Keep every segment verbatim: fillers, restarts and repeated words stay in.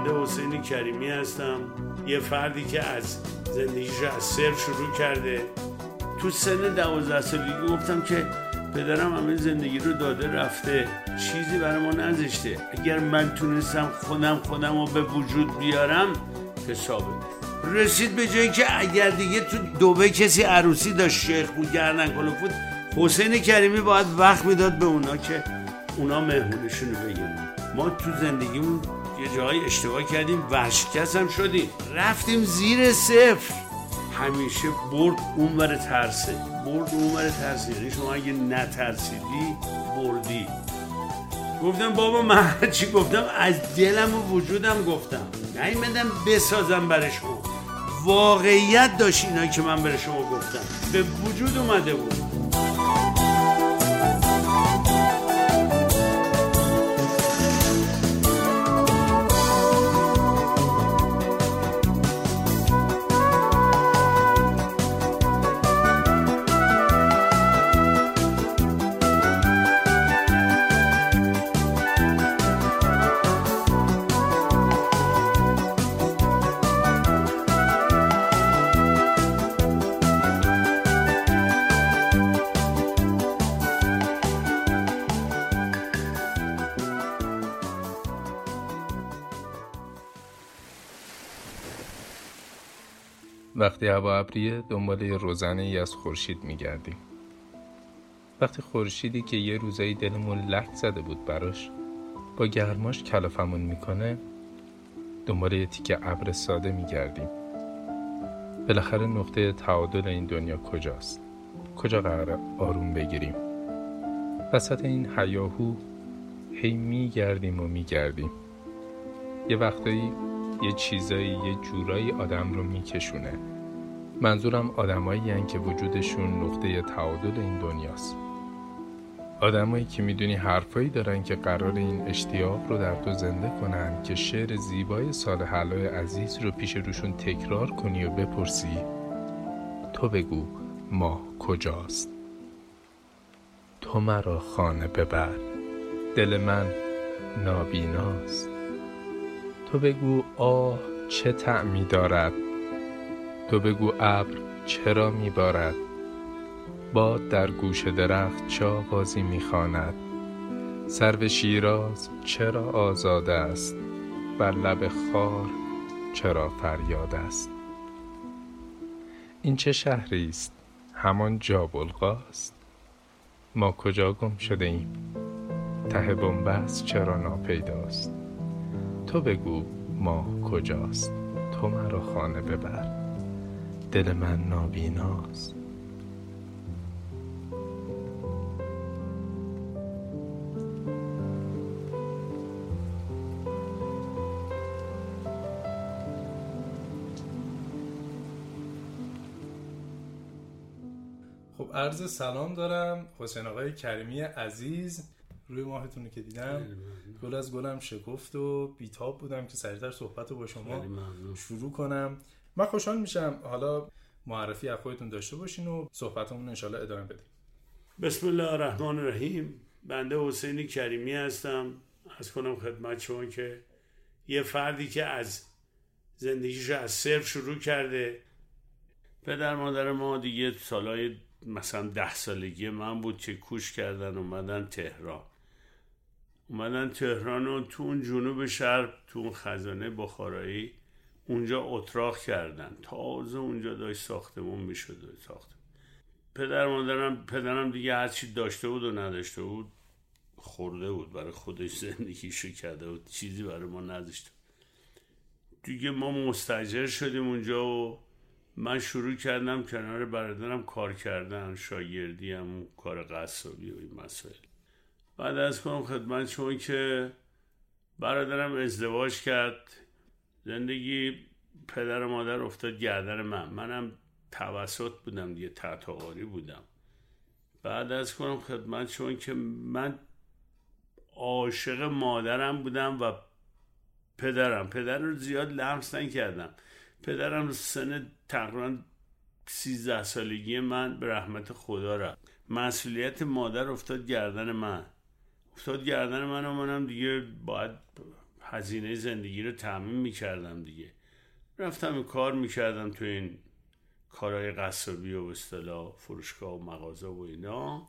بنده حسین کریمی هستم. یه فردی که از زندگیش از صفر شروع کرده. تو سن دوازده سالگی گفتم که پدرم همه زندگی رو داده رفته، چیزی برای ما نذاشته، اگر من تونستم خودم خودم رو به وجود بیارم حسابه. رسید به جایی که اگر دیگه تو دبی کسی عروسی داشت، شیخ بود، گردن کلوف بود، حسین کریمی باید وقت میداد به اونا که اونا مهمونشون رو بگیرن. ما تو زندگیمون یه جایی اشتباه کردیم، ورشکست هم شدیم، رفتیم زیر صفر. همیشه برد اونور ترسه، برد اونور ترسه، یعنی شما اگه نترسیدی بردی. گفتم بابا من چی گفتم؟ از دلم و وجودم گفتم، نیومدم بسازم برای شما. واقعیت داشت اینایی که من برای شما گفتم، به وجود اومده بود. وقتی هوا ابریه دنبال یه روزنه ای از خورشید میگردیم. وقتی خورشیدی که یه روزایی دلمون لک زده بود براش با گرماش کلافمون میکنه، دنبال یه تیکه ابر ساده میگردیم. بالاخره نقطه تعادل این دنیا کجاست؟ کجا قراره آروم بگیریم؟ وسط این هیاهو هی میگردیم و میگردیم. یه وقتایی یه چیزایی یه جورایی آدم رو میکشونه. منظورم آدمایی هن که وجودشون نقطه تعادل این دنیاست. آدمایی که میدونی حرفایی دارن که قرار این اشتیاق رو در تو زنده کنن که شعر زیبای صالح علای عزیز رو پیش روشون تکرار کنی و بپرسی تو بگو ماه کجاست؟ تو مرا خانه ببر، دل من نابیناست. تو بگو آه چه طعمی دارد، تو بگو ابر چرا میبارد، باد در گوش درخت چه آوازی میخواند، سرو شیراز چرا آزاد است، بر لب خار چرا فریاد است. این چه شهری است؟ همان جابلقاست. ما کجا گم شده ایم؟ ته بنبست چرا ناپیداست؟ تو بگو ماه کجاست؟ تو مرا خانه ببر، دل من نابیناست. خب عرض سلام دارم حسین آقای کریمی عزیز. روی ماهتون که دیدم گل از گلم شکفت و بیتاب بودم که سریعتر صحبت رو با شما شروع کنم. من خوشحال میشم حالا معرفی از خودتون داشته باشین و صحبتمون انشالله ادامه بدیم. بسم الله الرحمن الرحیم. بنده حسین کریمی هستم. از کنم خدمت شما که یه فردی که از زندگیش از صفر شروع کرده. پدر مادر ما دیگه سالای مثلا ده سالگی من بود که کوچ کردن اومدن تهران. اومدن تهران و تو اون جنوب شهر تو اون خزانه بخارایی اونجا اتراق کردن. تازه اونجا داشت ساختمون میشد و ساختمون. پدر مادرم پدرم دیگه هر چی داشته بود و نداشته بود خورده بود، برای خودش زندگیشو کرده بود، چیزی برای ما نداشته. دیگه ما مستاجر شدیم اونجا و من شروع کردم کنار برادرم کار کردن، شاگردی هم، کار قصابی و این مسائل. بعد از کنم خدمت شما که برادرم ازدواج کرد، زندگی پدر و مادر افتاد گردن من. منم توسط بودم دیگه، تحت آواری بودم. بعد از کنم خدمت شما که من عاشق مادرم بودم و پدرم پدر رو زیاد لمس نکردم. پدرم سن تقریبا سیزده سالگی من به رحمت خدا رفت. مسئولیت مادر افتاد گردن من افتاد گردن من و منم دیگه باید هزینه زندگی رو تامین میکردم دیگه. رفتم این کار میکردم تو این کارهای قصابی و اصطلاح فروشگاه و مغازه و اینا.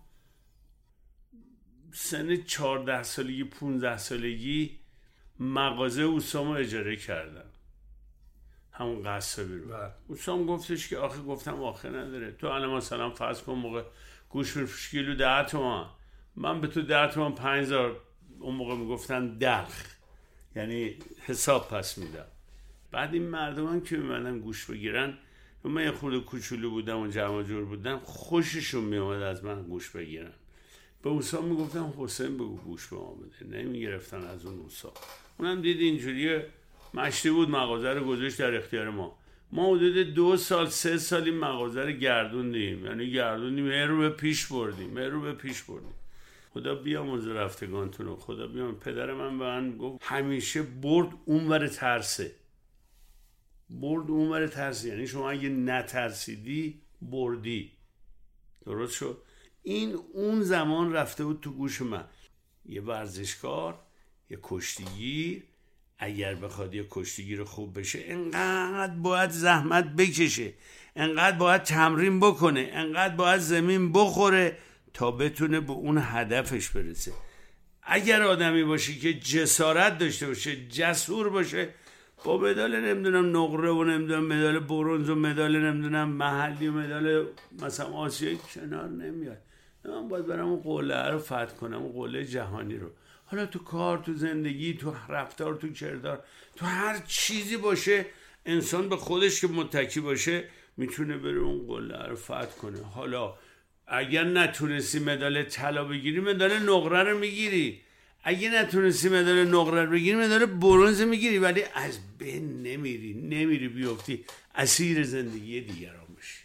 سن چهارده سالگی پونزده سالگی مغازه اوسامو اجاره کردم، همون قصابی رو. اوسام گفتش که آخه، گفتم آخه نداره، تو الان مثلا فرض کن موقع گوش میفروشی کیلو ده تومن، من به تو ده تومن پنج هزار اون موقع میگفتن دلخ، یعنی حساب پس میدم. بعد این مردم هم که میمدن گوش بگیرن، من یه خورده کوچولو بودم و جمع جور بودم، خوششون میومد از من گوش بگیرن. به اوسام میگفتم حسین بگو گوش به ما بده، نمیگرفتن از اون اوسام. اونم دید اینجوریه، مشتی بود، مغازه رو گذاشت در اختیار ما. ما حدود دو سال سه سال این مغازه رو گردوندیم، یعنی گردوندیم، مهر رو به پیش بردیم مهر رو به پیش بردیم. خدا بیامرز رفتگانتون رو، خدا بیامرز. پدر من به من گفت همیشه برد اونور ترسه، برد اونور ترسه، یعنی شما اگه نترسیدی بردی. درست شد؟ این اون زمان رفته بود تو گوش من. یه ورزشکار، یه کشتیگیر، اگر بخواد یه کشتیگیر خوب بشه انقدر باید زحمت بکشه، انقدر باید تمرین بکنه، انقدر باید زمین بخوره تا بتونه به اون هدفش برسه. اگر آدمی باشی که جسارت داشته باشه، جسور باشه، با مدال نمیدونم نقره و نمیدونم مدال برنز و مدال نمیدونم محلی و مدال مثلا آسیایی کنار نمیاد. من باید برم اون قله رو فتح کنم، اون قله جهانی رو. حالا تو کار، تو زندگی، تو رفتار، تو کردار، تو هر چیزی باشه، انسان به خودش که متکی باشه میتونه بره اون قله رو فتح کنه. حالا اگر نتونستی مدال طلا بگیری، مدال نقره رو میگیری. اگه نتونستی مدال نقره رو بگیری، مدال برنز میگیری، ولی از بین نمیری، نمیری بیفتی اسیر زندگی دیگران بشی.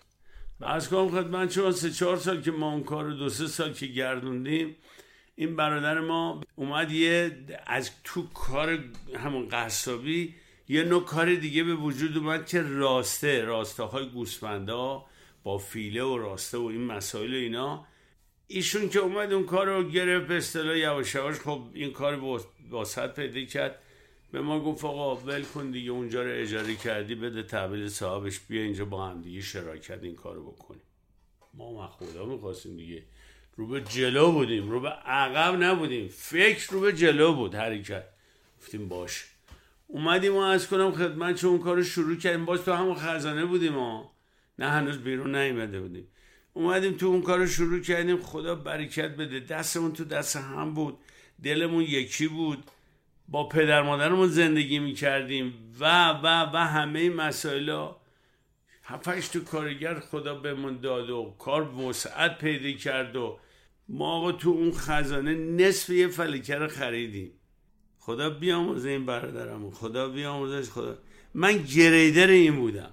از کنم خدمت شما سه چهار سال که ما اون کار رو دو سه سال که گردوندیم، این برادر ما اومد یه از تو کار همون قصابی یه نوع کار دیگه به وجود اومد که راسته، راسته های گوسفندا با فیله و راسته و این مسائل و اینا. ایشون که اومد اون کار رو گرفت، به اصطلاح یواش یواش خب این کار واسط پیدا کرد. به ما گفت آقا ول کن دیگه، اونجا رو اجاره کردی، بده تحویل صاحبش، بیا اینجا با هم دیگه شراکت این کار رو بکنیم. ما ما خدا میخواستیم دیگه، رو به جلو بودیم، رو به عقب نبودیم، فکر رو به جلو بود، حرکت. گفتیم باش. اومدیم و از کنم خدمت چون اون کار رو شروع کردیم. باز تو همون خزانه بودیم ها، نه هنوز بیرون نیامده بودیم. اومدیم تو اون کار رو شروع کردیم. خدا برکت بده، دستمون تو دست هم بود، دلمون یکی بود، با پدر مادرمون زندگی میکردیم و و و همه این مسائل ها. هفتش تو کارگر خدا بهمون داد و کار وسعت پیدا کرد و ما آقا تو اون خزانه نصف یه فلکه رو خریدیم. خدا بیامرزه این برادرمون، خدا بیامرزش. خدا من گریدر این بودم،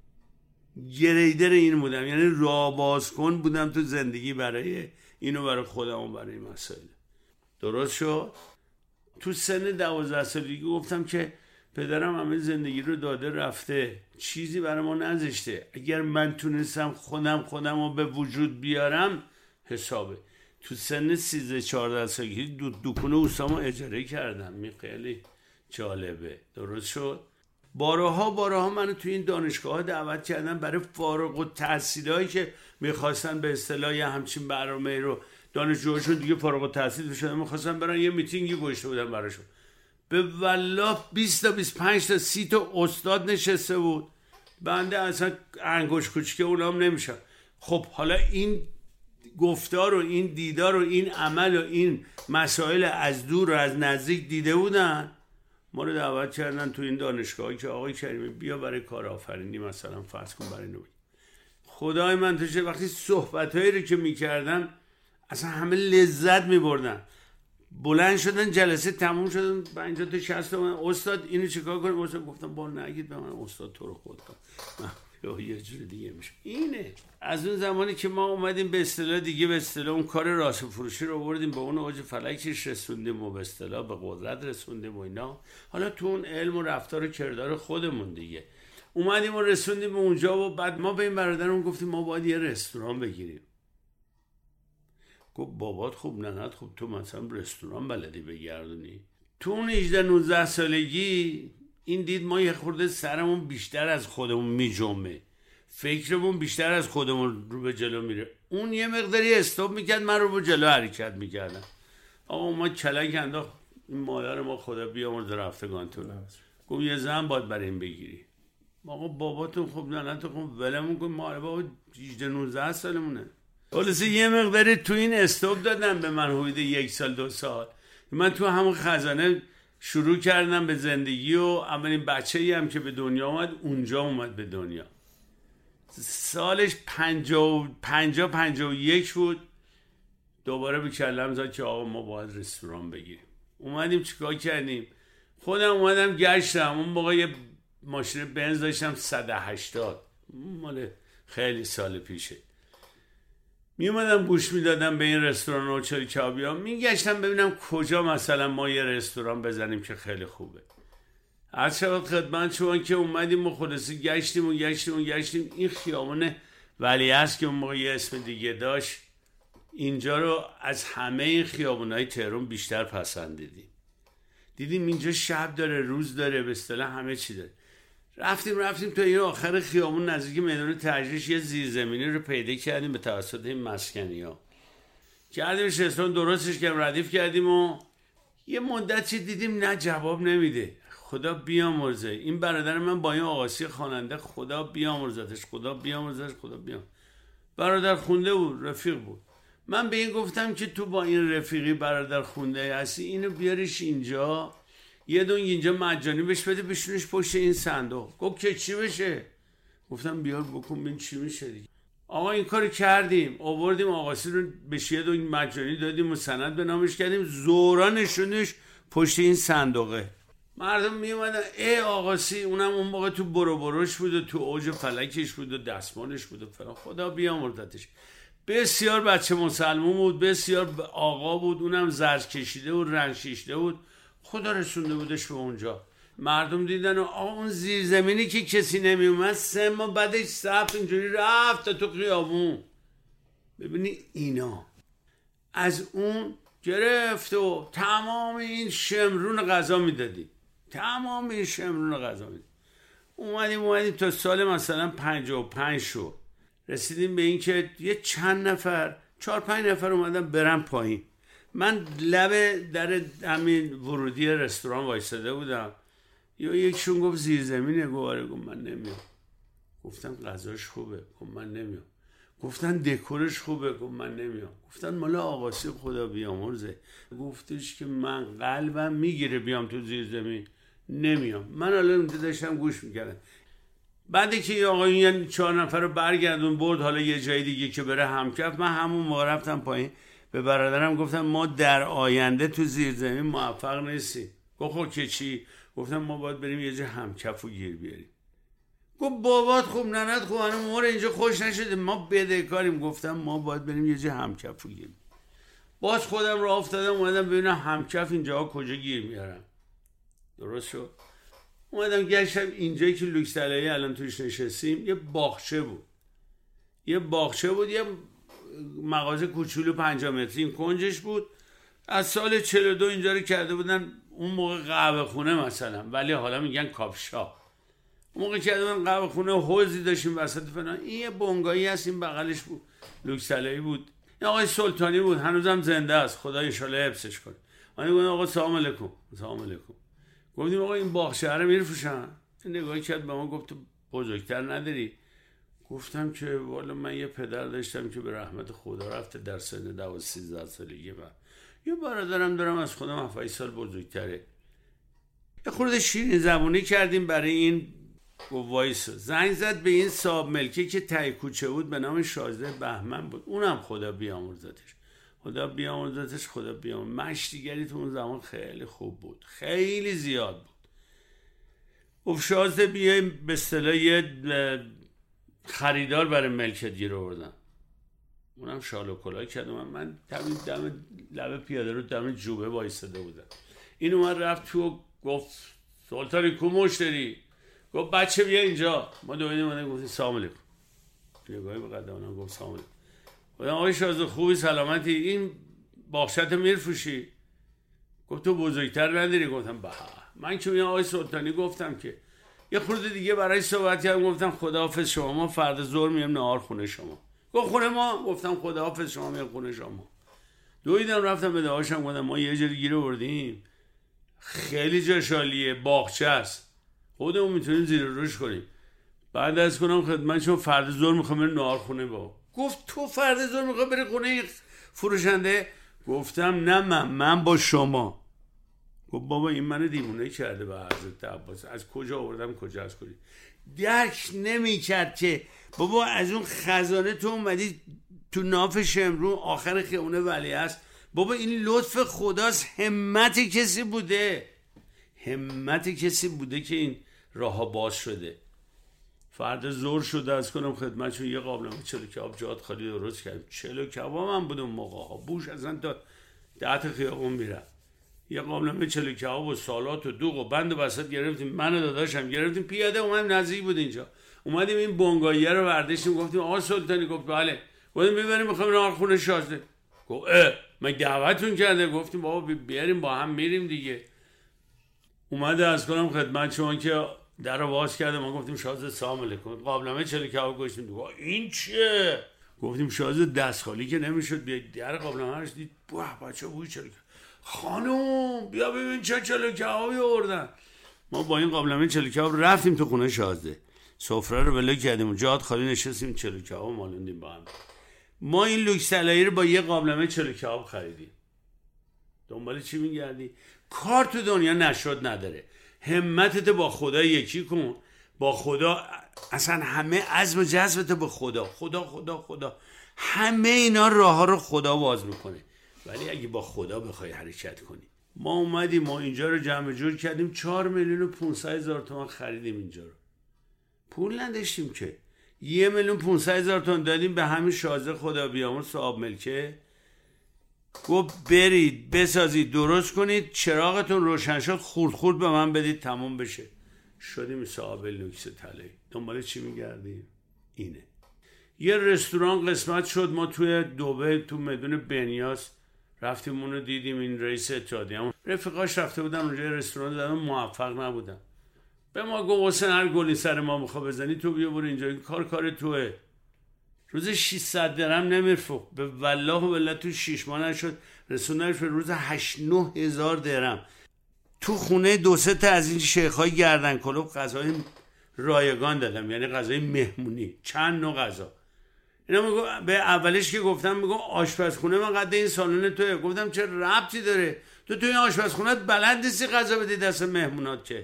گریدر این بودم، یعنی راه باز کن بودم تو زندگی برای اینو، برای خودمون، برای این مسائل. درست شد؟ تو سن دوازده سالگی گفتم که پدرم همه زندگی رو داده رفته، چیزی برای ما نذاشته. اگر من تونستم خودم خودم رو به وجود بیارم حسابه. تو سن سیزده چهارده سالگی دو دکون اوسامو اجاره کردم. می خیلی جالبه. درست شد؟ بارها بارها منو تو این دانشگاه دعوت کردن برای فارغ التحصیلایی که میخواستن به اصطلاح یه همچین برنامه رو، دانشجوهاشون دیگه فارغ التحصیل شدن، میخواستن برن یه میتینگی گذاشته بودن براشون. به والله بیست تا بیست و پنج تا سی تا استاد نشسته بود، بنده اصلا انگوش کوچیک اونام نمیشم. خب حالا این گفتار و این دیدار و این عمل و این مسائل از دور و از نزدیک دیده بودن. ما رو دعوت کردن تو این دانشگاه که آقای کریمی بیا برای کارآفرینی مثلا فرض کن برای نوی. خدای من توشه وقتی صحبتایی رو که میکردن اصلا همه لذت میبردن. بلند شدن، جلسه تموم شدن، پنجاه تا شصت تا استاد اینو چیکار کنیم؟ استاد گفتم با نگید به من، استاد تو رو خود کن، یا یه جور دیگه میشه. اینه از اون زمانی که ما اومدیم به اصطلاح دیگه، به اصطلاح اون کار راست فروشی رو آوردیم به اون اوج فلکش رسوندیم و به اصطلاح به قدرت رسوندیم و اینا. حالا تو اون علم و رفتار و کردار خودمون دیگه اومدیم و رسوندیم به اونجا. و بعد ما به این برادرمون گفتیم ما باید یه رستوران بگیریم. گفت بابات خوب، ننت خوب، تو مثلا رستوران بلدی بگردونی؟ تو اون هجده نوزده سالگی این دید ما یه خورده سرمون بیشتر از خودمون میجنبه، فکرمون بیشتر از خودمون رو به جلو میره. اون یه مقداری استاپ میکرد، من رو به جلو حرکت میکردم. آقا ما کلک انداخت، این مادر ما خدا بیامرز رفتگان تو گفت یه زن باید برای این بگیری. آقا باباتون خوب لعنت خب ولمون کن، ما بابا هجده نوزده سالمونه. خلاصه یه مقداری تو این استاپ دادن به من حدود یک سال دو سال. من تو همون خزانه شروع کردم به زندگی و اولین بچه‌ای هم که به دنیا اومد اونجا اومد به دنیا. سالش پنجاه پنجاه پنجاه و یک بود. دوباره به کلم زد که آقا ما باید رستوران بگیریم. اومدیم چیکار کردیم؟ خودم اومدم گشتم. اون موقع یه ماشین بنز داشتم صد و هشتاد، مال خیلی سال پیشه. می اومدم گوش میدادم به این رستوران اوچاری کبابیا، میگشتم ببینم کجا مثلا ما یه رستوران بزنیم که خیلی خوبه. هر شب خدمت شما که اومدیم و خلاصی گشتیم و گشتیم و گشتیم. این خیابان ولیعصر که اون موقع یه اسم دیگه داشت، اینجا رو از همه این خیابونای تهران بیشتر پسندیدیم. دیدیم اینجا شب داره روز داره، به اصطلاح همه چی داره. رفتیم رفتیم تا این آخر خیابون نزدیک میدان تجریش یه زیرزمینی رو پیدا کردیم به توسط این مسکنی ها. کردیمش رستوران درستش کردیم، ردیف کردیم و یه مدتی دیدیم نه جواب نمیده. خدا بیامرزه این برادر من با این آقاسی خواننده، خدا بیامرزتش، خدا بیامرزتش، خدا بیام. برادر خونده بود، رفیق بود. من به این گفتم که تو با این رفیقی برادر خونده هستی، اینو بیاریش اینجا، یه دونگ اینجا مجانی بهش بده، بشونش پشت این صندوق. گفت که چی بشه؟ گفتم بیار بکن ببین چی میشه دیگه. آقا این کارو کردیم، آوردیم آقاسی رو بهش یه دونگ مجانی دادیم و سند به نامش کردیم، زورا نشونش پشت این صندوقه. مردم می اومدن ای آقاسی، اونم اون موقع تو برو بروش بود و تو اوج فلکش بود و دستمالش بود و فلان. خدا بیامرزتش. بسیار بچه مسلمون بود، بسیار آقا بود، اونم زرد کشیده و رنگ شیشته بود. خدا رسونده بودش به اونجا. مردم دیدن و آقا اون زیرزمینی که کسی نمی اومد سه ماه بعدش سفت اینجوری رفت تو خیابون. ببینی اینا از اون گرفت و تمام این شمرون غذا میدادی، تمام این شمرون غذا میدادی. اومدیم اومدیم تا سال مثلا پنجاه و پنج شد، رسیدیم به این که یه چند نفر چهار پنج نفر اومدن برن پایین. من لب در همین ورودی رستوران وایساده بودم، یا یکشون گفت زیرزمینه. گواره گفت من نمیام. گفتم غذاش خوبه. گفت من نمیام. گفتن دکورش خوبه. گفت من نمیام. گفتن مال آقاسی خدا بیامرزه. گفتش که من قلبم میگیره بیام تو زیرزمین، نمیام. من الان داشتم گوش میکردم. بعدی که آقایون چهار نفر رو برگردون برد حالا یه جای دیگه که بره همکف، من همون موقع رفتم پایین به برادرم گفتم ما در آینده تو زیرزمین موفق نیستیم. گفت خب که چی؟ گفتم ما باید بریم یه جا همکف و گیر بیاریم. گفت بابات خوب ننت خوب، هنو ما رو اینجا خوش نشده، ما بدهکاریم. گفتم ما باید بریم یه جا همکف و گیر. باز خودم رو افتادم اومدم ببینم همکف اینجا کجا گیر میارم. درست شد. اومدم گشتم اینجایی که لوکس طلایی الان توش نشستیم یه باغچه بود. یه باغچه بود، یه مغازه کوچولو پنجاه متری این کنجش بود. از سال چهل و دو اینجا رو کرده بودن، اون موقع قهوه خونه مثلا، ولی حالا میگن کافشا. اون موقع کرده بودن قهوه خونه، حوضی داشتیم وسط فلان. این یه بنگاهی هست این بغلش بود، لوکس طلایی بود. این آقای سلطانی بود، هنوزم زنده است، خدا ان شاء الله حفظش کنه. من گفتم آقا سلام علیکم. سلام علیکم. گفتیم آقا این باغچه رو میفروشن؟ نگاهی کرد به ما گفت بزرگتر نداری؟ گفتم که والا من یه پدر داشتم که به رحمت خدا رفته در سن دوازده سیزده سالگی، من یه برادرم دارم از خودم هفت سال بزرگتره. یه خورده شیرین زبونی کردیم برای این وایس. زنگ زد به این صاحب ملکی که ته کوچه بود به نام شازده بهمن بود، اونم خدا بیامرزتش، خدا بیامرزتش، خدا بیامرزتش. مشتیگری تو اون زمان خیلی خوب بود، خیلی زیاد بود. گفت شازده بیایم به اصطلاح یه خریدار برای ملکت گیر آوردم. اونم شال و کلاه کرد. من من دم لب پیاده رو دم جوبه وایساده بودم. این اومد رفت تو گفت سلطانی کو مشتری؟ گفت بچه بیا اینجا. ما دویدیم اومدیم گفتیم سلام علیکم. نگاهی به قدمانم گفت سلام علیکم. گفتم آقای شازده خوبی سلامتی؟ این باغچه‌ت میفروشی؟ گفت تو بزرگتر نداری؟ گفتم به. من که آقای سلطانی گفتم که یه خورده دیگه برای صحبت کردم، گفتم خداحافظ شما، ما فردا ظهر میام نهار خونه شما. گفت خونه ما؟ گفتم خداحافظ شما، میام خونه شما. دویدم رفتم به دعاشم، گفتم ما یه جوری گیر آوردیم خیلی جاش عالیه، باغچه است، خودمون میتونیم زیر روش کنیم. بعد از کنم خدمت شما فردا ظهر میخوام برم نهار خونه با. گفت تو فردا ظهر میخوام بری خونه فروشنده؟ گفتم نه من من با شما. گفت بابا این منو دیوونه کرده به حضرت عباس، از کجا آوردم کجا از کلی درک نمی کرد که بابا از اون خزانه تو اومدی تو ناف شمرون آخر خیابون ولیعصر. بابا این لطف خداست، همت کسی بوده، همت کسی بوده که این راهها باز شده. فردا زور شده از کنم خدمتشون یه قابلمه چلو کباب جات خالی درست کردیم. چلو کباب من بود اون موقع ها، بوش اصلا تا ده تا خیابون میرم. یه قابلمه چلو کباب و سالات و دوغ و بند و بساط گرفتیم، من و داداشم گرفتیم، پیاده اومدیم نزدیک بود اینجا، اومدیم این بنگاهیه رو برداشتیم، گفتیم آقا سلطانی. گفت بله. گفتیم ببریم میخوایم نهار خونه شازده. گفت اه من دعوتتون کرده. گفتیم بابا بیاریم با هم میریم دیگه. اومده از کنم خدمت شما که در رو باز کرده، ما گفتیم شازده سلام علیکم، قابلمه چلو کباب گوشتیم. این چیه؟ گفتیم شازده دست خالی که نمیشد بیاد، در قابلمه هاش دید واه بچه بوی چلو کباب. خانم بیا ببین چه چلو کبابی آوردن. ما با این قابلمه چلو کباب رفتیم تو خونه شازده، سفره رو بله کردیم و جات خالی نشستیم چلو کباب مالوندیم با هم. ما این لوکس طلایی رو با یه قابلمه چلو کباب خریدیم. دنبال چی میگردی؟ کار تو دنیا نشد نداره، همتت با خدا یکی کن، با خدا اصلا همه عزم و جذبت به خدا، خدا خدا خدا، همه اینا راه ها رو خدا باز میکنه. ولی اگه با خدا بخوای حرکت کنی. ما اومدیم ما اینجا رو جمع جور کردیم، چهار میلیون و پونصد هزار تومان خریدیم اینجا رو، پول نداشتیم که. یه میلیون پونصد هزار تومان دادیم به همین شازده خدا بیامرز صاحب ملکه. گفت برید بسازید درست کنید، چراغتون روشن شد خورد خورد به من بدید تموم بشه. شدیم صاحب لوکس طلایی. دنبال چی میگردیم؟ اینه. یه رستوران قسمت شد، ما توی دبی تو میدون بنیاس رفتیم اونو دیدیم، این رئیس اتحادیه رفیقاش رفته بودن اونجا رستوران دادن، موفق نبودن. به ما گفت حسین هر گلی سر ما میخواد بزنی تو بیا برو اینجا، این کار کار توه. روز ششصد درم نمیرفت به والله و بالله، تو شش ماه نشد رسوندنش به روز هشت نه هزار درم. تو خونه دو سه تا از این شیخ‌های گردن کلوب غذای رایگان دادم، یعنی غذای مهمونی، چند نوع غذا. اینا میگو به اولش که گفتم میگم آشپزخونه من قد این سالن توئه. گفتم چه ربطی داره؟ تو تو این آشپزخونه‌ت بلد نیستی غذا بدی دست مهمونات که.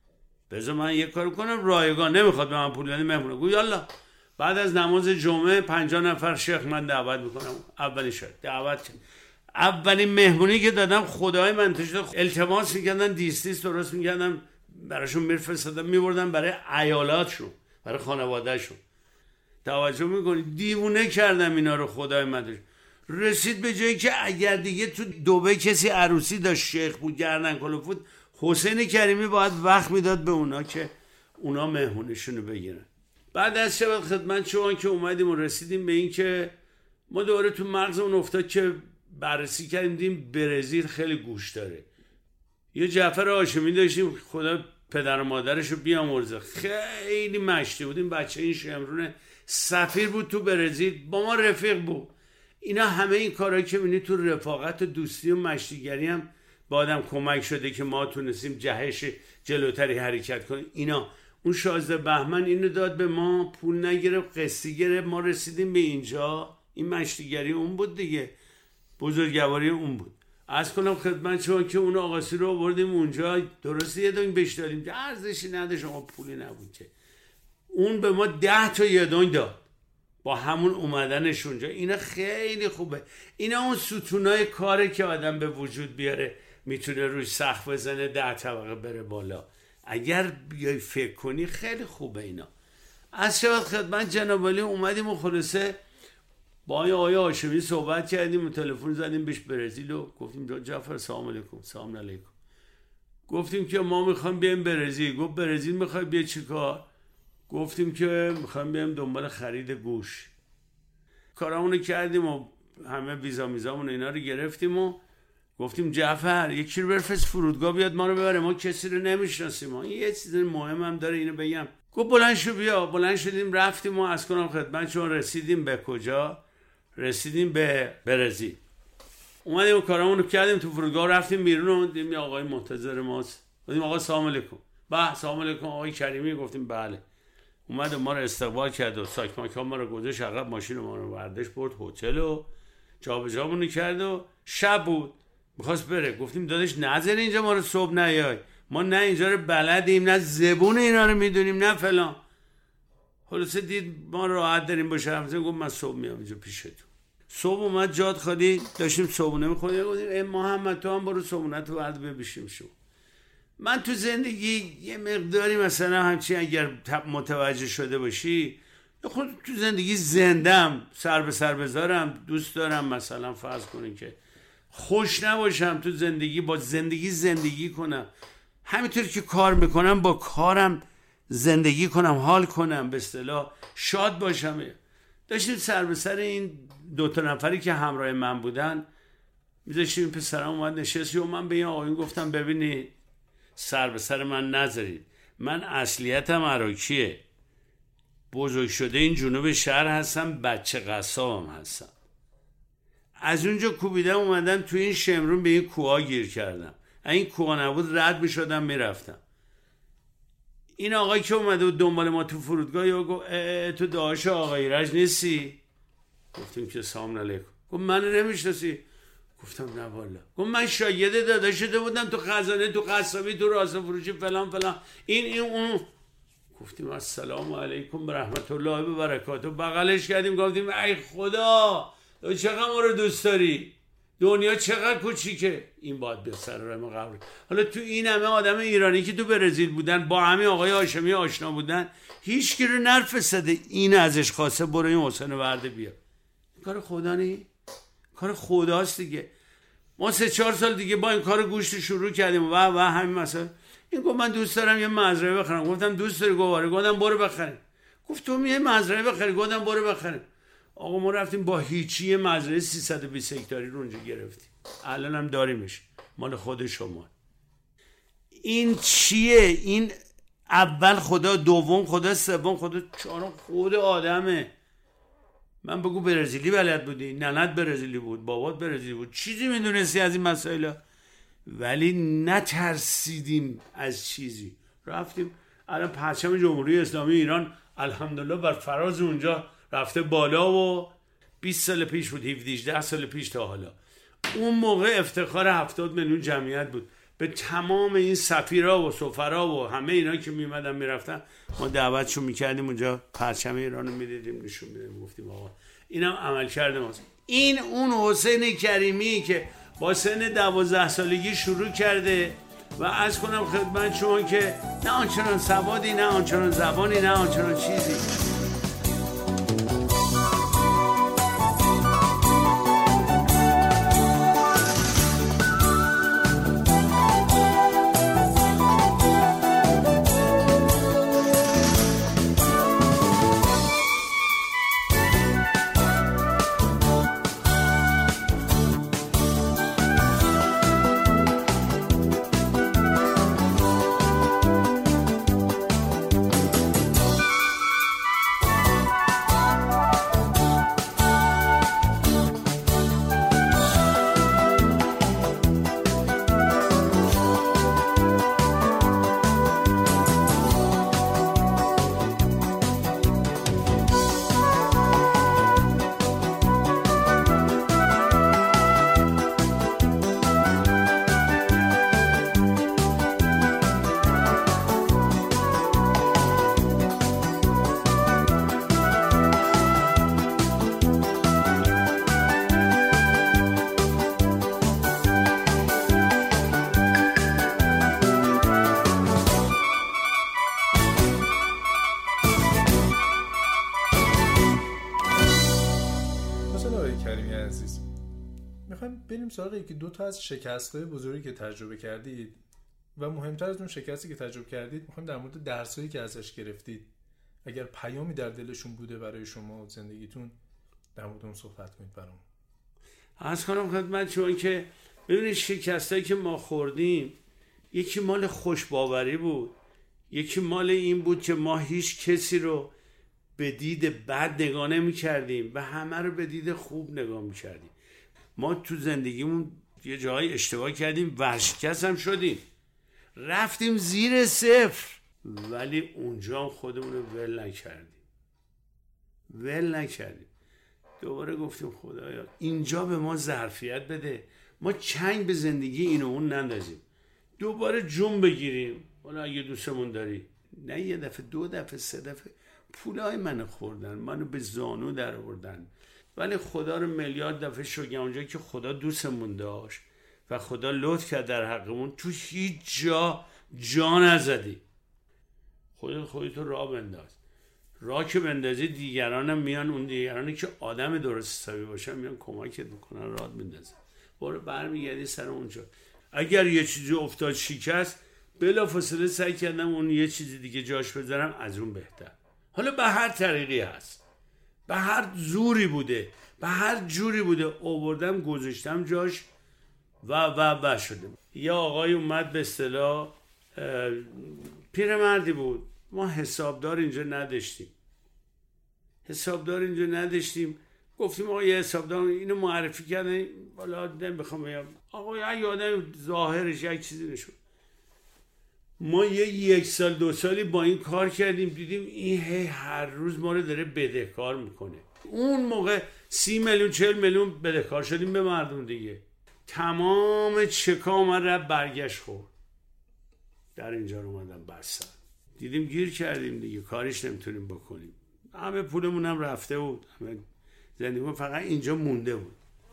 بذار من یه کارو کنم رایگان، نمیخواد به من پول بدی مهمونه. گو یالا بعد از نماز جمعه پنجاه نفر شیخ من دعوت میکنم. اولی شد دعوت کرد. اولین مهمونی که دادم خدای من توش التماس میکردن دیستیس درست میکردم براشون میفرستادم میبردم برای عیالاتشون، برای خانوادهشون. توجه میکنی؟ دیوونه کردم اینا رو خدای من توش. رسید به جایی که اگر دیگه تو دبی کسی عروسی داشت شیخ بود گردن کلوف بود، حسین کریمی باید وقت میداد به اونا که اونا مهمونشونو بگیرن. بعد از شب خدمت شما که اومدیم و رسیدیم به این که ما دوباره تو مغزمون افتاد که بررسی کردیم دیدیم برزیل خیلی گوش داره. یه جعفر هاشمی داشتیم خدا پدر و مادرشو بیامرزه، خیلی مشتی بودیم، بچه این شمرونه سفیر بود تو برزیل، با ما رفیق بود. اینا همه این کارهایی که می‌بینی تو رفاقت و دوستی و مشتیگری هم با آدم کمک شده که ما تونستیم جهش جلوتری حرکت کنیم. اینا اون شازده بهمن اینو داد به ما، پول نگرفت قسطی گرفت، ما رسیدیم به اینجا. این مشتیگری اون بود دیگه، بزرگواری اون بود. از کنم خدمت شما که اون آقاسی رو آوردیم اونجا، درسته یه دنگ بهش دادیم که ارزشی نداشت، شما پولی نبود که. اون به ما ده تا یه دنگ داد با همون اومدنش اونجا. اینا خیلی خوبه، اینا اون ستونای کاره که آدم به وجود بیاره، میتونه روی سقف بزنه ده طبقه بره بالا. اگر بیای فکر کنی خیلی خوبه اینا. از شبت خدمت جناب عالی اومدیم و خلاصه با آقای هاشمی صحبت کردیم و تلفن زدیم بهش برزیل و گفتیم جعفر سلام علیکم. سلام علیکم. گفتیم که ما میخوایم بیایم برزیل. گفت برزیل میخوای بیا چیکار؟ گفتیم که میخوایم بیایم دنبال خرید گوش. کارامونو کردیم و همه ویزا میزامون اینا رو گرفتیم و گفتیم جعفر یکی رو برفرست فرودگاه بیاد ما رو ببره، ما کسی رو نمیشناسیم، ما یه چیز مهم هم داره اینو بگم. گفت بلند شو بیا. بلند شدیم رفتیم ما از کنم خدمت شما. رسیدیم به کجا؟ رسیدیم به برزیل. اومدیم و کارامون رو کردیم تو فرودگاه، رفتیم بیرون و دیدیم یه آقای منتظر ماست. گفتیم آقا سلام علیکم. با سلام علیکم آقای کریمی. گفتیم بله. اومد و ما رو استقبال کرد و ساکماک ها ما رو گذاشت عقب، ماشین ما رو برداشت برد هتل و جابجامون کرد و شب بود می‌خواست بره. گفتیم داداش نذار اینجا ما رو صبح نیای، ما نه اینجا رو بلدیم نه زبون اینا رو میدونیم نه فلان. خلاصه دید ما راحت داریم باشه همزه، گفت من صبح میام اینجا پیشتون. صبح اومد جاد خالی، داشتیم صبحونه می‌خوردیم. گفتیم ای محمد تو هم برو صبحونه تو ورد ببیشیم شو. من تو زندگی یه مقداری مثلا همچین اگر متوجه شده باشی، خود تو زندگی زندم، سر به سر بذارم، دوست دارم مثلا فرض کنین که خوش نباشم تو زندگی، با زندگی زندگی کنم، همینطور که کار میکنم با کارم زندگی کنم، حال کنم، به اصطلاح شاد باشم. داشتیم سر به سر این دو تا نفری که همراه من بودن میذاشتیم. این پسرم اومد نشست و من به این آقایون گفتم ببینید سر به سر من نذارید، من اصلیتم عراقیه، بزرگ شده این جنوب شهر هستم، بچه قصابم هستم. از اونجا کوبیدم اومدم تو این شمرون به این کوها گیر کردم. این کوها نبود رد میشدم میرفتم. این آقای که اومده بود دنبال ما تو فرودگاه یا گفت تو داعش آقای رج نیستی؟ گفتیم که سلام علیکم. گفت من نمیشناسی؟ گفتم نه والا. گفت من شاگرد داده شده بودم تو خزانه، تو قصابی، تو راست فروشی فلان فلان، این این اون. گفتیم السلام علیکم و رحمت الله و برکاته. بغلش کردیم گفتیم ای خدا تو چقدر ما رو دوست داری، دنیا چقدر کوچیکه، این باید به سر راه قبر. حالا تو این همه آدم ایرانی که تو برزیل بودن با همین آقای هاشمی آشنا بودن، هیچ کی رو نرفسده این ازش خواسته برو این حسین ورده بیا. کار خدا نی؟ کار خداست دیگه. ما سه چهار سال دیگه با این کار گوشت شروع کردیم و و همین مثلا. این گفت من دوست دارم یه مزرعه بخرم. گفتم دوست داری گواره؟ گفتم برو بخریم. گفت تو یه مزرعه بخری؟ گفتم برو بخریم. آقا ما رفتیم با هیچی مزرعه سیصد و بیست هکتاری رو اونجا گرفتیم. الان هم داریمش، مال خود شما. این چیه؟ این اول خدا، دوم خدا، سوم خدا، چهارم خود آدمه. من بگو برزیلی بلد بودی، ننت برزیلی بود، بابات برزیلی بود، چیزی میدونستی از این مسائل، ولی نترسیدیم از چیزی. رفتیم الان پرچم جمهوری اسلامی ایران الحمدلله بر فراز اونجا رفته بالا و بیست سال پیش بود، هفده سال پیش تا حالا. اون موقع افتخار هفتاد میلیون جمعیت بود. به تمام این سفیرا و سفرا و همه اینا که میمدن میرفتن ما دعوتشون میکردیم اونجا، پرچم ایران رو میدیدیم، نشون میدیم، گفتیم آقا اینم عمل کرده ماست. این اون حسین کریمی که با سن دوازده سالگی شروع کرده و عرض کنم خدمت شما که نه آنچنان سوادی، نه آنچنان زبانی، نه آنچنان چیزی. بریم سراغ یکی دو تا از شکست‌های بزرگی که تجربه کردید و مهمتر از اون شکستی که تجربه کردید می‌خوایم در مورد درسایی که ازش گرفتید، اگر پیامی در دلشون بوده برای شما و زندگیتون، در مورد اون صحبت کنید برامون. عرض کنم خدمت شما که ببینید شکستایی که ما خوردیم یکی مال خوشباوری بود، یکی مال این بود که ما هیچ کسی رو به دید بد نگاه نمی کردیم و همه رو به دید خوب نگاه می کردیم. ما تو زندگیمون یه جایی اشتباه کردیم، ورشکست هم شدیم، رفتیم زیر صفر، ولی اونجا خودمون رو ول نکردیم ول نکردیم دوباره گفتیم خدایا اینجا به ما ظرفیت بده، ما چنگ به زندگی این و اون نندازیم، دوباره جون بگیریم. حالا اگه دوستمون داری، نه یه دفعه، دو دفعه، سه دفعه پولای منو خوردن، منو به زانو در آوردن، ولی خدا رو میلیارد دفعه شکر اونجا که خدا دوستمون داشت و خدا لطف کرد در حقمون، تو هیچ جا جا نزدی. خودت خودتو راه بنداز، راه که بندازی دیگرانم میان، اون دیگرانی که آدم درست حسابی باشن میان کمکت میکنن، راه بندازن، برو برمیگردی سر اونجا. اگر یه چیزی افتاد شکست، بلافاصله سعی کردم اون یه چیزی دیگه جاش بذارم از اون بهتر. حالا به هر طریقی هست، به هر زوری بوده، به هر جوری بوده، آوردم گذاشتم جاش و و و شده. یه آقای اومد به اصطلاح پیرمردی بود، ما حسابدار اینجا نداشتیم حسابدار اینجا نداشتیم گفتیم آقا یه حسابدار اینو معرفی کردن، والا نمیخوام بگم آقا یه آدم ظاهرش یک چیزی نشون. ما یه یک سال دو سالی با این کار کردیم، دیدیم این هی هر روز ما رو داره بدهکار میکنه. اون موقع سی میلیون چهل میلیون بدهکار شدیم به مردم دیگه. تمام چکا اومد رفت برگشت خورد، در اینجا رو اومدم بستن، دیدیم گیر کردیم دیگه، کاریش نمیتونیم بکنیم، همه پولمون هم رفته بود، همه زندگیمون فقط اینجا مونده بود.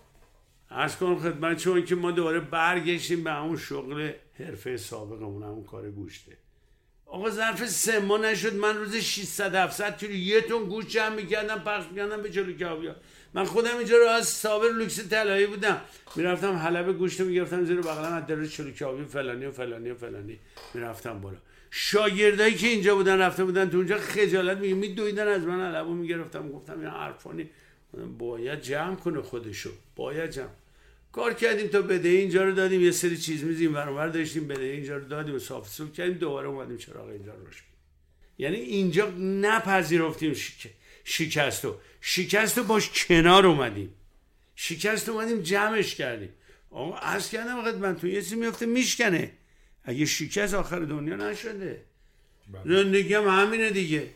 عرض کنم خدمت شما که ما دوباره برگشتیم به همون شغل حرفه سابقمون، همون کار گوشته. آقا ظرف سه ماه نشد من روز ششصد هفتصد کیلو یه تن گوشت جمع میکردم پخش میکردم به جلو کبابیا. من خودم اینجا رو از صابر لوکس طلایی بودم، میرفتم حلب گوشت میگرفتم زیر بغلم، از در جلو کبابی فلانی و فلانی و فلانی میرفتم بالا. شاگردایی که اینجا بودن رفته بودن تو اونجا خجالت میگه میدویدن از من، حلبو میگرفتم، گفتم این حرفانی باید جمع کنه خودشو، باید جمع کار کردیم تا بده اینجا رو دادیم، یه سری چیز میزیم برابر داشتیم، بده اینجا رو دادیم و صاف سوق کردیم، دوباره اومدیم چراغ اینجا رو روشن. یعنی اینجا نپذیرفتیم شک... شکستو شکستو باش کنار اومدیم، شکست اومدیم جمعش کردیم. آقا عرض کردم خدمت تو یه چیزی میفته میشکنه، اگه شکست آخر دنیا نشده. زندگی هم همینه دیگه،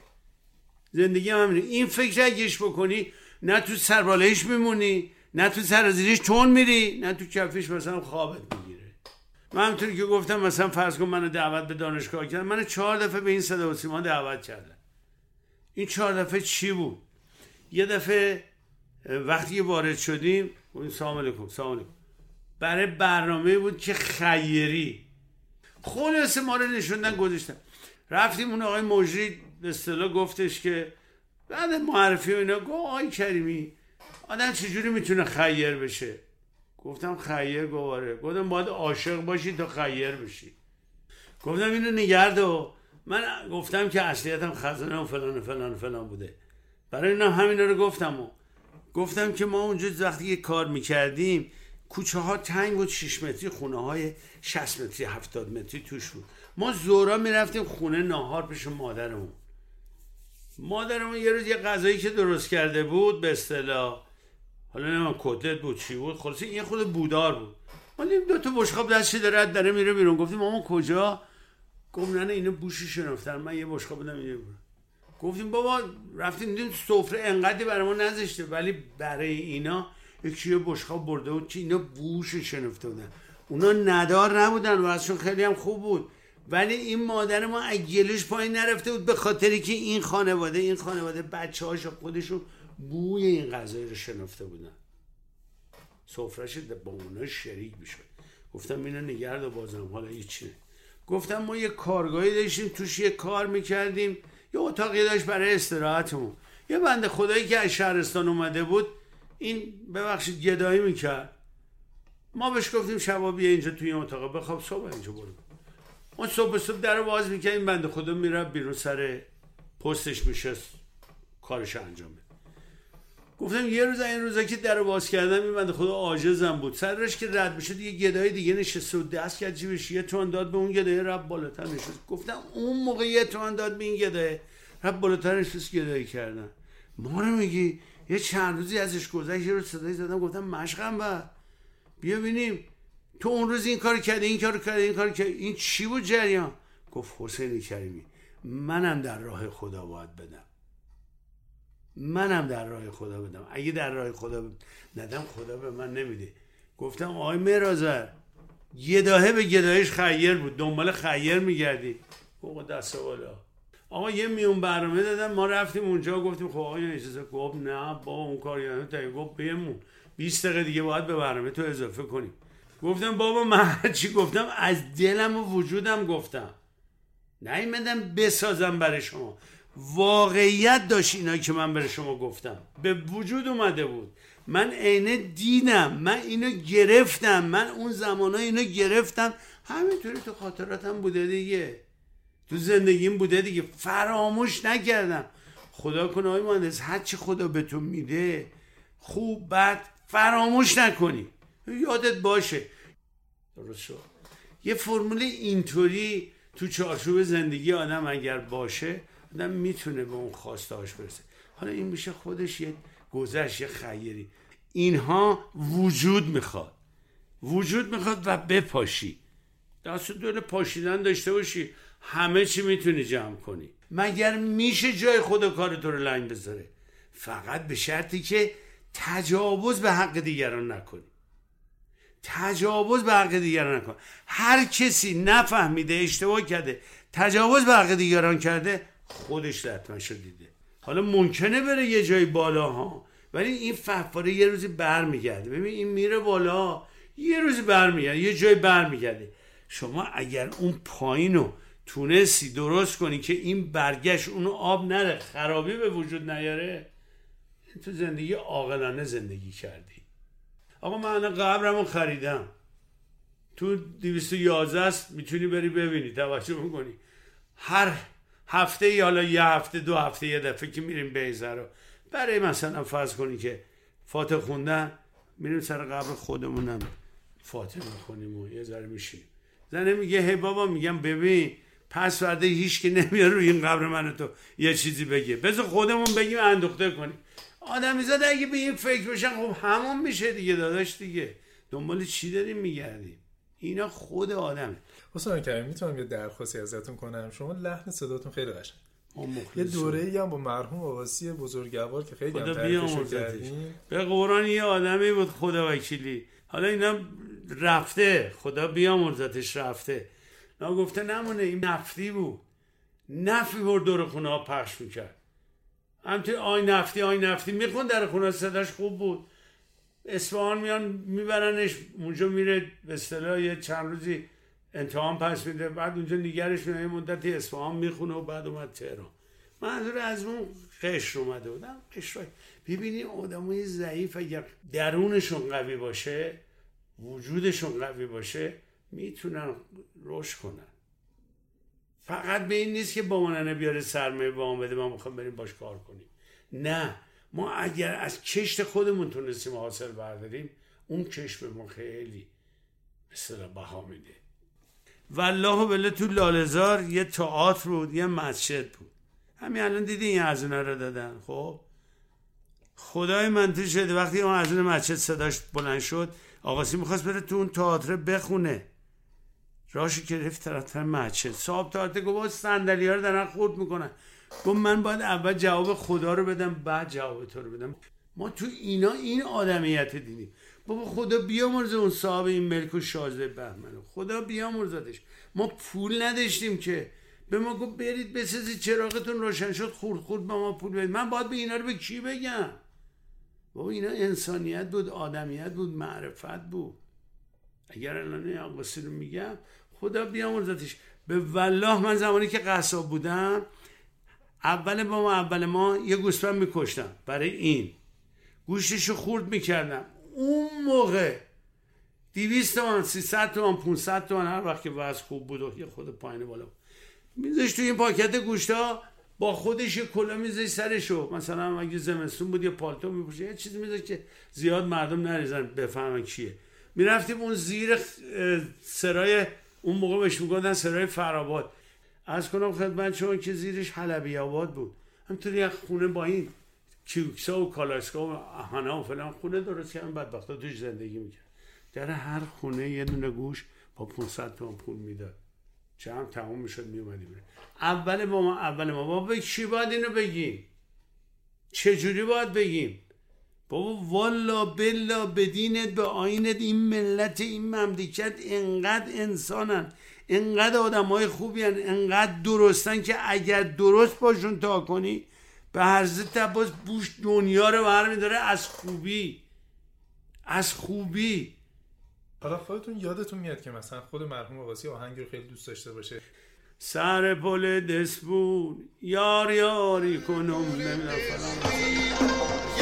زندگی هم همینه. این فکر اگهش بکنی نه تو سربالایش میمونی، نه تو سرازیریش تون میری، نه تو کفیش مثلا خوابت میگیره. من همونطوری که گفتم مثلا فرض کن منو دعوت به دانشگاه کردن، من چهار دفعه به این صدا و سیما دعوت کردن. این چهار دفعه چی بود؟ یه دفعه وقتی وارد شدیم، سلام علیکم سلام علیکم، برای برنامه بود که خیری، خلاصه ما رو نشوندن گذاشتن، رفتیم اون آقای مجری به اصطلاح گفتش که بعد معرفی و اینا، گفت آقای کریمی آدم چجوری میتونه خیر بشه؟ گفتم خیر گواره، گفتم باید عاشق باشی تا خیر بشی. گفتم اینو نگردو، من گفتم که اصلیتم خزانه و فلان و فلان و فلان بوده، برای اینا همینا رو گفتم و گفتم که ما اونجا وقتی یه کار میکردیم کوچه ها تنگ بود، شش متری، خونه های شصت متری هفتاد متری توش بود. ما زورا میرفتیم خونه ناهار پیش مادرمون. مادرمون یه روز یه غذایی که درست کرده بود به اصطلاح، حالا نمیدونم کتلت بود چی بود، خلاصه این خود بودار بود. ما دیدیم دو تا بشقاب دستش داره داره میره بیرون، گفتیم مامان کجا؟ گفت نه نه اینو بوشی شنفتن، من یه بشقاب بودم اینو برم. گفتیم بابا رفتیم دیدیم سفره انقدری برای ما نذاشته، ولی برای اینا یکی یه بشقاب برده بود که اینا بوش شنفته بودن. اونا ندار نبودن و ازشون خیلی هم خوب بود، ولی این مادر ما اگلش پایین نرفته بود به خاطری که این خانواده این خانواده بچه‌هاش خودشون بوی این غذای رو شنفته بودن، سفره‌اش با اونا شریک میشد. گفتم اینو نگرد و بازم حالا هیچی. گفتم ما یه کارگاهی داشتیم توش یه کار میکردیم، یه اتاقی داشت برای استراحتمون، یه بنده خدایی که از شهرستان اومده بود این ببخشید گدایی میکرد، ما بهش گفتیم شبا بیا اینجا توی این اتاق بخواب، صبح اینجا برو. اون صبح صبح در رو باز میکرد، این بنده خدا میره بیرون سر پستش میشه کارش انجام بده. گفتم یه روز این روزا که درو باز کردم این بنده خدا عاجزم بود، سرش که رد میشه دیگه گدای دیگه نشسته و دست کرد جیبش یه تومن داد به اون گدای، رفت بالاتر نشست. گفتم اون موقع یه تومن داد به این گدای، رفت بالاتر نشست گدایی کردن. ما رو میگی یه چند روزی ازش گذشت، یه روز صدایی زدم گفتم مشقم با بیا ببینیم تو اون روز این کار کرده این کار کرده این کار کرده، این چی بود جریان؟ گفت حسین کریمی منم در راه خدا باید بدم، منم در راه خدا بدم، اگه در راه خدا ندم خدا به من نمیده. گفتم آقای مرازر گداهه به گدایش خیر بود، دنبال خیر میگردی. آقا دست بالا. آقا یه میون برنامه دادم، ما رفتیم اونجا گفتیم خب آقا یه اجازه. گفت نه با اون کار یادم تا گفت بمون بیست دقیقه دیگه باید به برنامه تو اضافه کنیم. گفتم بابا من چی گفتم؟ از دلم و وجودم گفتم، نیومدم بسازم برای شما، واقعیت داشت اینایی که من برای شما گفتم به وجود اومده بود. من عینه دیدم، من اینو گرفتم، من اون زمانها اینو گرفتم، همینطوری تو خاطراتم بوده دیگه، تو زندگیم بوده دیگه، فراموش نکردم. خدا کنه آقای مهندس هر چی خدا به تو میده خوب بد فراموش نکنی، یادت باشه. درست شد. یه فرمول اینطوری تو چارچوب زندگی آدم اگر باشه آدم میتونه به اون خواستهاش برسه. حالا این میشه خودش یه گذشت، یه خیری. اینها وجود میخواد، وجود میخواد و بپاشی، دست دل پاشیدن داشته باشی، همه چی میتونی جمع کنی. مگر میشه جای خدا کار تو رو لنگ بذاره؟ فقط به شرطی که تجاوز به حق دیگران نکنی، تجاوز به حق دیگران نکن. هر کسی نفهمیده اشتباه کرده تجاوز به حق دیگران کرده خودش لطمه‌شو دیده. حالا ممکنه بره یه جای بالا ها، ولی این فواره یه روزی برمیگرده. ببین این میره بالا یه روزی برمیگرده، یه جای برمیگرده. شما اگر اون پایینو تونستی درست کنی که این برگشت اونو آب نره، خرابی به وجود نیاره، تو زندگی عاقلانه زندگی کردی. آقا من الان قبرمو خریدم تو دویست و یازده است، میتونی بری ببینی، توجه میکنی. هر هفته یا حالا یه هفته دو هفته یه دفعه که میریم بیزه رو برای مثلا فرض کنی که فاتحه خوندن، میریم سر قبر خودمونم فاتحه میخونیم و یه ذره میشیم. زنه میگه هی بابا، میگم ببین پس فردا هیچ کی نمیاد روی این قبر من تو یه چیزی بگه، بذار خودمون بگیم اندوخته کنیم. آدمی زاده اگه به این فکر بشن خب همون میشه دیگه داداش، دیگه دنبال چی داریم میگردیم؟ اینا خود آدمه. حسین کریمی میتونم یه درخواستی ازتون کنم؟ شما لحن صداتون خیلی قشنگه. یه دوره‌ای هم با مرحوم آقاسی بزرگوار که خیلی هم تعریفش کردیم، به قرآن یه آدمی بود خدا وکیلی، حالا اینا رفته، خدا بیامرزتش رفته، نه گفته نمونه، این نفتی بود، نفتی بود دور خونه ها پخش میکرد، همینطور آی نفتی آی نفتی میخون در خونه، صداش خوب بود. اصفهان میان میبرنش اونجا، میره به اصطلاح یه چند روزی امتحان پس میده، بعد اونجا نگرش میاد، مدتی اصفهان میخونه و بعد اومد تهران. منظور از اون قشر اومده بودم. قشر ببینی آدمای ضعیف اگر درونشون قوی باشه، وجودشون قوی باشه، میتونن رشد کنن. فقط به این نیست که با مننه بیاره سرمایه با هم بده ما میخوام بریم باش کار کنیم. نه، ما اگر از کشت خودمون تونستیم حاصل برداریم، اون کشت به ما خیلی مثلا بها میده. والله بله تو لاله‌زار یه تئاتر بود، یه مسجد بود، همین الان دیدی این هزینه رو دادن. خب خدای من تو شده وقتی اون هزینه مسجد صداش بلند شد، آقاسی میخواست بره تو اون تئاتر بخونه، راشو گرفت طرف مسجد، صاحب تئاتر گفت صندلی‌ها رو دارن خورد میکنن. گفت من باید اول جواب خدا رو بدم بعد جواب تو رو بدم. ما تو اینا این آدمیت دیدیم. بابا خدا بیامرزه اون صاحب این ملک و شازده بهمنو، خدا بیامرزدش. ما پول نداشتیم که، به ما گفت برید بسازید چراغتون روشن شد، خورد خورد به ما پول بدید. من باید به اینا رو به کی بگم؟ بابا اینا انسانیت بود، آدمیت بود، معرفت بود. اگر الان آقاسی رو میگم خدا بیامرزدش. به والله من زمانی که قصاب بودم، اول با ما اول ما یه گوسفند میکشتم، برای این گوشتشو خورد میکردم. اون موقع دویست تومن، سیصد تومن، پانصد تومن، هر وقت که وضع خوب بود و یه خود پایین بالا میذاشت تو این پاکت گوشتا با خودش یه کلاه میذاره سرشو، مثلا اگه زمستون بود یه پالتو میپوشه، یه چیزی میذاره که زیاد مردم نریزن بفهمن کیه. میرفتیم اون زیر سرای، اون موقع بهش میگفتن سرای فرآباد، از کنم خدمت شما که زیرش حلبی آباد بود، همینطوری یک خونه با این کیوکسا و کالاسکا و اهانا و فلان خونه درست کردن، بدبختا توش زندگی میکرد. در هر خونه یه دونه گوش با پانصد تومن پول میداد، چه هم تموم میشد میومدیم. اول با ما اول ما بابا چی باید اینو بگیم؟ چجوری باید بگیم؟ بابا والا بلا بدینت به آینت این ملت این مملکت انقدر انسانن، انقدر آدم های خوبی هن، انقدر درستن که اگر درست باشون تا کنی به حضرت عباس بوش دنیا رو برمی‌داره از خوبی، از خوبی. حالا خودتون یادتون میاد که مثلا خود مرحوم عباسی آهنگ رو خیلی دوست داشته باشه؟ سر پل دسبون یار یاری کنم نمیدونم فلان